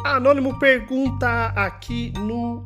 Anônimo pergunta aqui no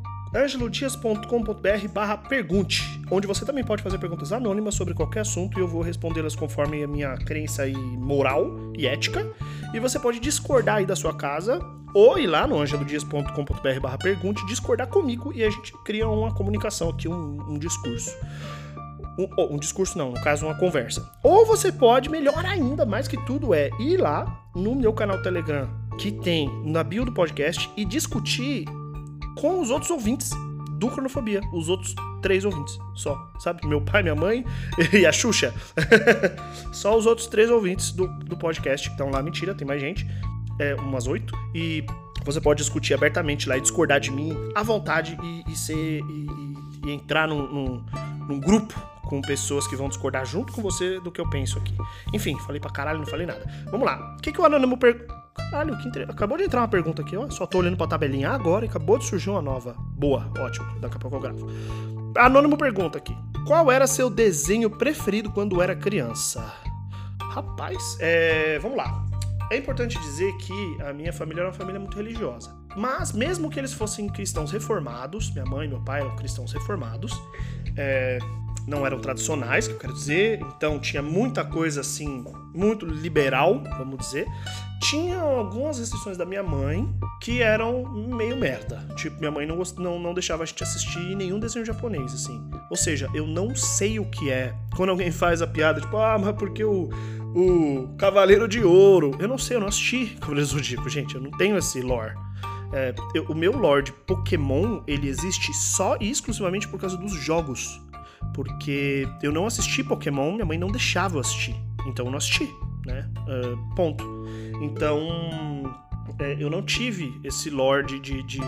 angelodias.com.br/pergunte, onde você também pode fazer perguntas anônimas sobre qualquer assunto e eu vou respondê-las conforme a minha crença e moral e ética. E você pode discordar aí da sua casa ou ir lá no angelodias.com.br/pergunte, discordar comigo e a gente cria uma comunicação aqui, um discurso. Um discurso não, no caso uma conversa. Ou você pode, melhor ainda, mais que tudo, ir lá no meu canal Telegram, que tem na bio do podcast, e discutir com os outros ouvintes do Cronofobia, os outros 3 ouvintes só, sabe? Meu pai, minha mãe e a Xuxa. Só os outros 3 ouvintes do podcast que estão lá. Mentira, tem mais gente, umas 8, e você pode discutir abertamente lá e discordar de mim à vontade e entrar num grupo com pessoas que vão discordar junto com você do que eu penso aqui. Enfim, falei pra caralho, não falei nada. Vamos lá. O que o Anônimo Caralho, acabou de entrar uma pergunta aqui, ó. Só tô olhando pra tabelinha agora e acabou de surgir uma nova. Boa, ótimo. Daqui a pouco eu gravo. Anônimo pergunta aqui. Qual era seu desenho preferido quando era criança? Rapaz, vamos lá. É importante dizer que a minha família era uma família muito religiosa. Mas, mesmo que eles fossem cristãos reformados, minha mãe e meu pai eram cristãos reformados, não eram tradicionais, que eu quero dizer, então tinha muita coisa assim, muito liberal, vamos dizer. Tinha algumas restrições da minha mãe que eram meio merda. Tipo, minha mãe não deixava a gente assistir nenhum desenho japonês, assim. Ou seja, eu não sei o que é. Quando alguém faz a piada, tipo, mas porque o Cavaleiro de Ouro. Eu não sei, eu não assisti Cavaleiro do Zodíaco, gente, eu não tenho esse lore. O meu lore de Pokémon, ele existe só e exclusivamente por causa dos jogos. Porque eu não assisti Pokémon, minha mãe não deixava eu assistir. Então eu não assisti, né? Ponto. Então, eu não tive esse lore de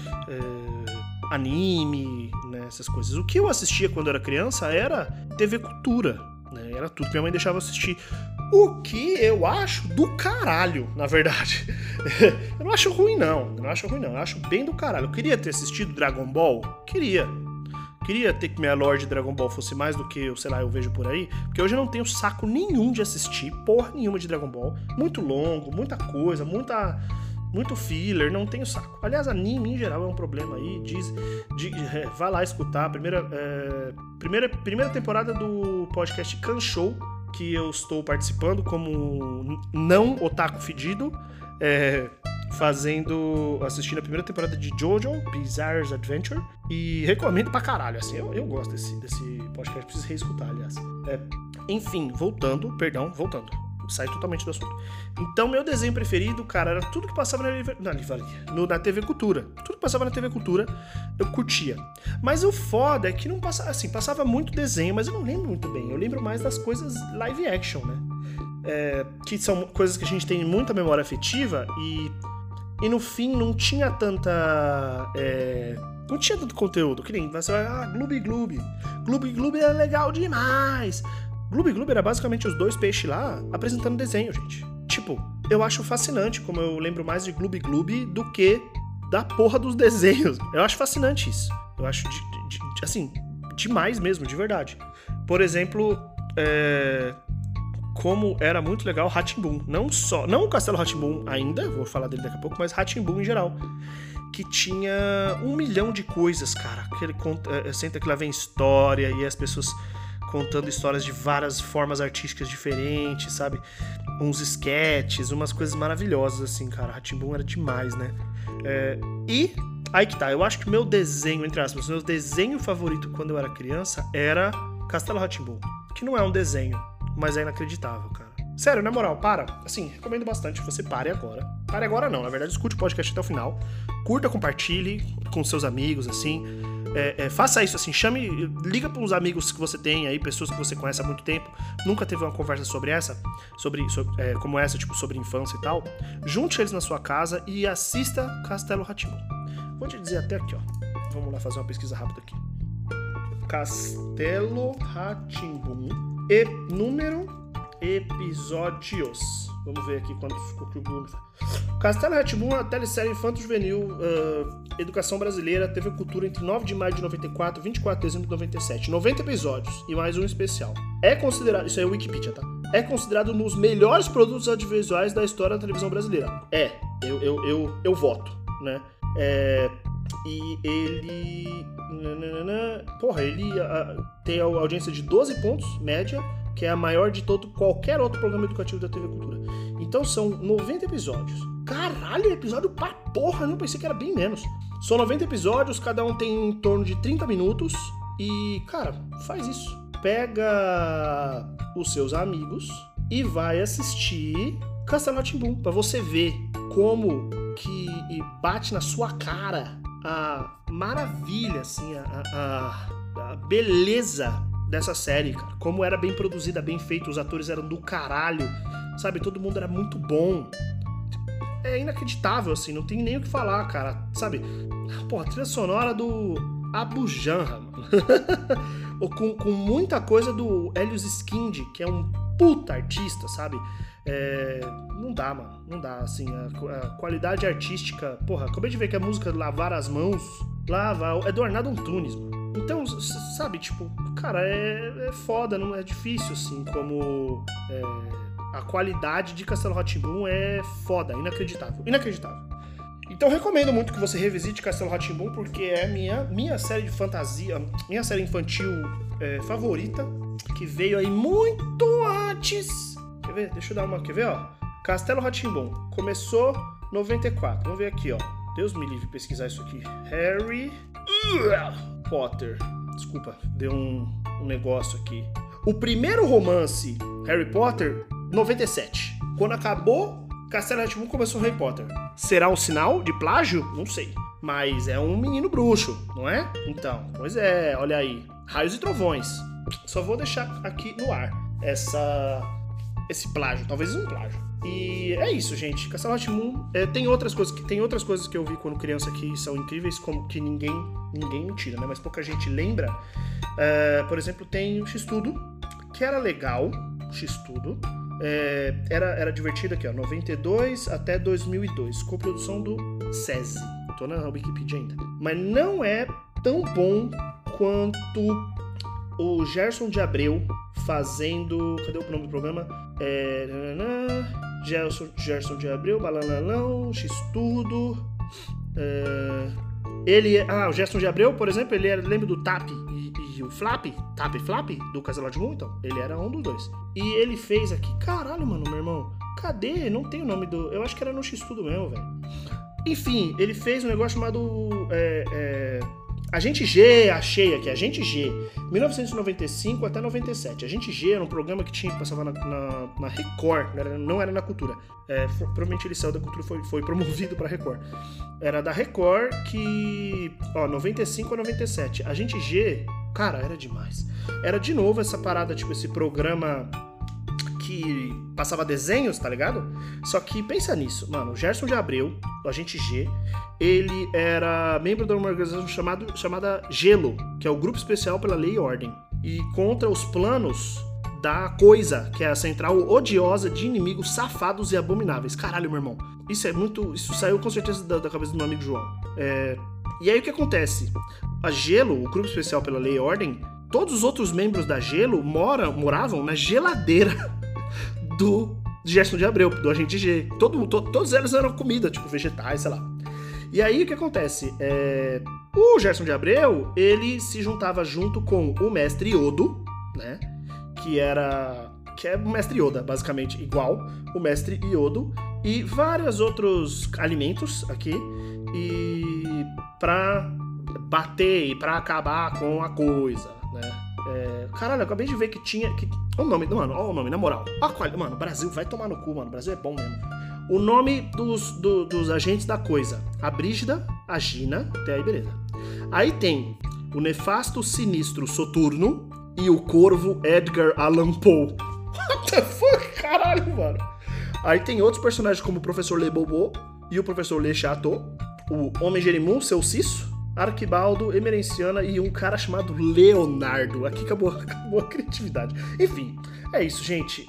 anime, né? Essas coisas. O que eu assistia quando eu era criança era TV Cultura, né? Era tudo que minha mãe deixava eu assistir. O que eu acho do caralho, na verdade. Eu não acho ruim, não. Eu acho bem do caralho. Eu queria ter assistido Dragon Ball? Queria ter que minha lore de Dragon Ball fosse mais do que, eu vejo por aí, porque hoje eu não tenho saco nenhum de assistir porra nenhuma de Dragon Ball. Muito longo, muita coisa, muito filler, não tenho saco. Aliás, anime em geral é um problema aí. Vai lá escutar a primeira temporada do podcast Kanshou, que eu estou participando como não otaku fedido, assistindo a primeira temporada de Jojo Bizarre Adventure, e recomendo pra caralho, assim, eu gosto desse podcast, preciso reescutar, aliás. Enfim, voltando, sai totalmente do assunto. Então, meu desenho preferido, cara, era tudo que passava na TV Cultura. Tudo que passava na TV Cultura, eu curtia. Mas o foda é que não passava, assim, passava muito desenho, mas eu não lembro muito bem. Eu lembro mais das coisas live action, né? Que são coisas que a gente tem muita memória afetiva e no fim não tinha tanta... não tinha tanto conteúdo, que nem você vai, Gloob Gloob. Gloob Gloob era legal demais. Gloob Gloob era basicamente os 2 peixes lá apresentando desenho, gente. Tipo, eu acho fascinante, como eu lembro mais de Gloob Gloob do que da porra dos desenhos. Eu acho fascinante isso. Eu acho, assim, demais mesmo, de verdade. Por exemplo, como era muito legal Rá-Tim-Bum. Não o Castelo Rá-Tim-Bum ainda, vou falar dele daqui a pouco, mas Rá-Tim-Bum em geral. Que tinha 1 milhão de coisas, cara. Que ele conta, senta que lá vem história e as pessoas contando histórias de várias formas artísticas diferentes, sabe? Uns sketches, umas coisas maravilhosas, assim, cara. Rá-Tim-Bum era demais, né? E aí que tá, eu acho que o meu desenho, entre aspas, meu desenho favorito quando eu era criança era Castelo Rá-Tim-Bum. Que não é um desenho, mas é inacreditável, cara. Sério, na moral, para. Assim, recomendo bastante que você pare agora. Pare agora não, na verdade, escute o podcast até o final. Curta, compartilhe com seus amigos, assim. Faça isso, assim, liga para uns amigos que você tem aí, pessoas que você conhece há muito tempo, nunca teve uma conversa sobre como essa, tipo, sobre infância e tal. Junte eles na sua casa e assista Castelo Rá-Tim-Bum. Vou te dizer até aqui, ó. Vamos lá fazer uma pesquisa rápida aqui. Castelo Rá-Tim-Bum e número episódios. Vamos ver aqui quanto ficou que o Bruno faz. Castelo Rá-Tim-Bum, a telesérie infanto-juvenil, Educação Brasileira, TV Cultura, entre 9 de maio de 94 e 24 de dezembro de 97. 90 episódios e mais um especial. É considerado, isso aí é Wikipedia, tá? É considerado um dos melhores produtos audiovisuais da história da televisão brasileira. Eu voto. né? E ele... ele tem a audiência de 12 pontos, média, que é a maior de qualquer outro programa educativo da TV Cultura. Então são 90 episódios. Caralho, episódio pra porra, eu pensei que era bem menos. São 90 episódios, cada um tem em torno de 30 minutos. E, cara, faz isso. Pega os seus amigos e vai assistir Castelo Rá-Tim-Bum, pra você ver como que bate na sua cara a maravilha, assim, a beleza dessa série, cara. Como era bem produzida, bem feita, os atores eram do caralho, sabe? Todo mundo era muito bom. É inacreditável, assim, não tem nem o que falar, cara, sabe? Pô, a trilha sonora do Abu Janra, mano. com muita coisa do Helios Skind, que é um puta artista, sabe? Não dá, mano. Não dá, assim, a qualidade artística... Porra, acabei de ver que a música Lavar as Mãos, é do Arnaldo Antunes, mano. Então, sabe, tipo, cara, é foda, não é difícil, assim, como... a qualidade de Castelo Rá-Tim-Bum é foda, inacreditável. Então recomendo muito que você revisite Castelo Rá-Tim-Bum, porque é minha série de fantasia, minha série infantil favorita, que veio aí muito antes. Quer ver? Deixa eu dar uma... Quer ver, ó? Castelo Rá-Tim-Bum começou 94. Vamos ver aqui, ó. Deus me livre pesquisar isso aqui. Harry Potter. Desculpa, deu um negócio aqui. O primeiro romance Harry Potter, 97. Quando acabou Castelo Rá-Tim-Bum, começou Harry Potter. Será um sinal de plágio? Não sei. Mas é um menino bruxo, não é? Então, pois é, olha aí. Raios e trovões. Só vou deixar aqui no ar esse plágio, talvez um plágio. E é isso, gente. Castelo Rá-Tim-Bum tem outras coisas que eu vi quando criança que são incríveis, como que ninguém me tira, né? Mas pouca gente lembra. Por exemplo, tem o X-Tudo, que era legal. X-Tudo. Era divertido aqui, ó. 92 até 2002. Coprodução do SESI. Tô na Wikipedia ainda. Mas não é tão bom quanto o Gerson de Abreu fazendo... Cadê o nome do programa? Gerson de Abreu, Balanalão, X-Tudo. O Gerson de Abreu, por exemplo, ele lembra do TAP e o Flap? TAP e Flap do Castelo Rá-Tim-Bum, então. Ele era um dos dois. E ele fez aqui... Caralho, mano, meu irmão. Cadê? Não tem o nome do... Eu acho que era no X-Tudo mesmo, velho. Enfim, ele fez um negócio chamado... Agente G, achei aqui, Agente G, 1995 até 97. Agente G era um programa que passava na Record, não era na Cultura. Provavelmente ele saiu da Cultura e foi promovido pra Record. Era da Record que, 95 a 97. Agente G, cara, era demais. Era de novo essa parada, tipo, esse programa que passava desenhos, tá ligado? Só que pensa nisso, mano, o Gerson de Abreu, o Agente G, ele era membro de uma organização chamada Gelo, que é o Grupo Especial pela Lei e Ordem, e contra os planos da Coisa, que é a central odiosa de inimigos safados e abomináveis. Caralho, meu irmão, isso saiu com certeza da cabeça do meu amigo João. E aí o que acontece? A Gelo, o Grupo Especial pela Lei e Ordem, todos os outros membros da Gelo moravam na geladeira do Gerson de Abreu, do Agente G. Todos eles eram comida, tipo vegetais, sei lá. E aí o que acontece? O Gerson de Abreu, ele se juntava junto com o Mestre Yodo, né? Que é o Mestre Yoda, basicamente, igual o Mestre Yodo, e vários outros alimentos aqui, e pra bater e pra acabar com a Coisa, né? Caralho, eu acabei de ver que tinha... O nome, mano, olha o nome, na moral. Mano, Brasil, vai tomar no cu, mano. O Brasil é bom mesmo. O nome dos agentes da Coisa. A Brígida, a Gina, até aí beleza. Aí tem o nefasto sinistro Soturno e o corvo Edgar Allan Poe. What the fuck, caralho, mano. Aí tem outros personagens como o Professor Le Bobo e o Professor Le Chateau, o Homem Jerimum, Seu Cisso, Arquibaldo, Emerenciana e um cara chamado Leonardo. Aqui acabou a criatividade. Enfim, é isso, gente.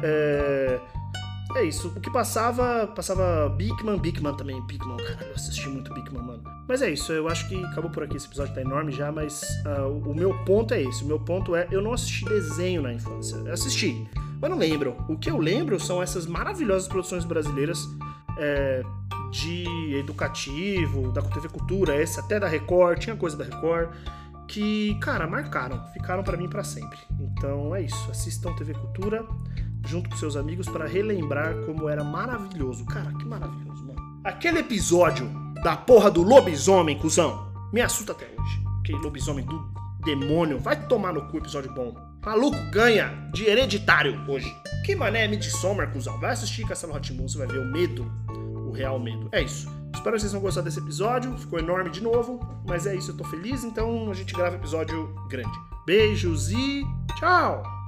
É isso. O que passava Bigman também. Bigman, caralho, eu assisti muito Bigman, mano. Mas é isso, eu acho que acabou por aqui. Esse episódio tá enorme já, mas o meu ponto é esse. O meu ponto é, eu não assisti desenho na infância. Eu assisti, mas não lembro. O que eu lembro são essas maravilhosas produções brasileiras de educativo, da TV Cultura, esse até da Record, tinha coisa da Record, que, cara, marcaram, ficaram pra mim pra sempre. Então é isso, assistam TV Cultura junto com seus amigos pra relembrar como era maravilhoso. Cara, que maravilhoso, mano. Aquele episódio da porra do lobisomem, cuzão, me assusta até hoje. Aquele lobisomem do demônio, vai tomar no cu, episódio bom. Maluco ganha de Hereditário hoje. Que mané Midsommar, cuzão. Vai assistir Castelo Rá-Tim-Bum, você vai ver o medo, o real medo. É isso. Espero que vocês tenham gostado desse episódio. Ficou enorme de novo, mas é isso, eu tô feliz, então a gente grava episódio grande. Beijos e tchau!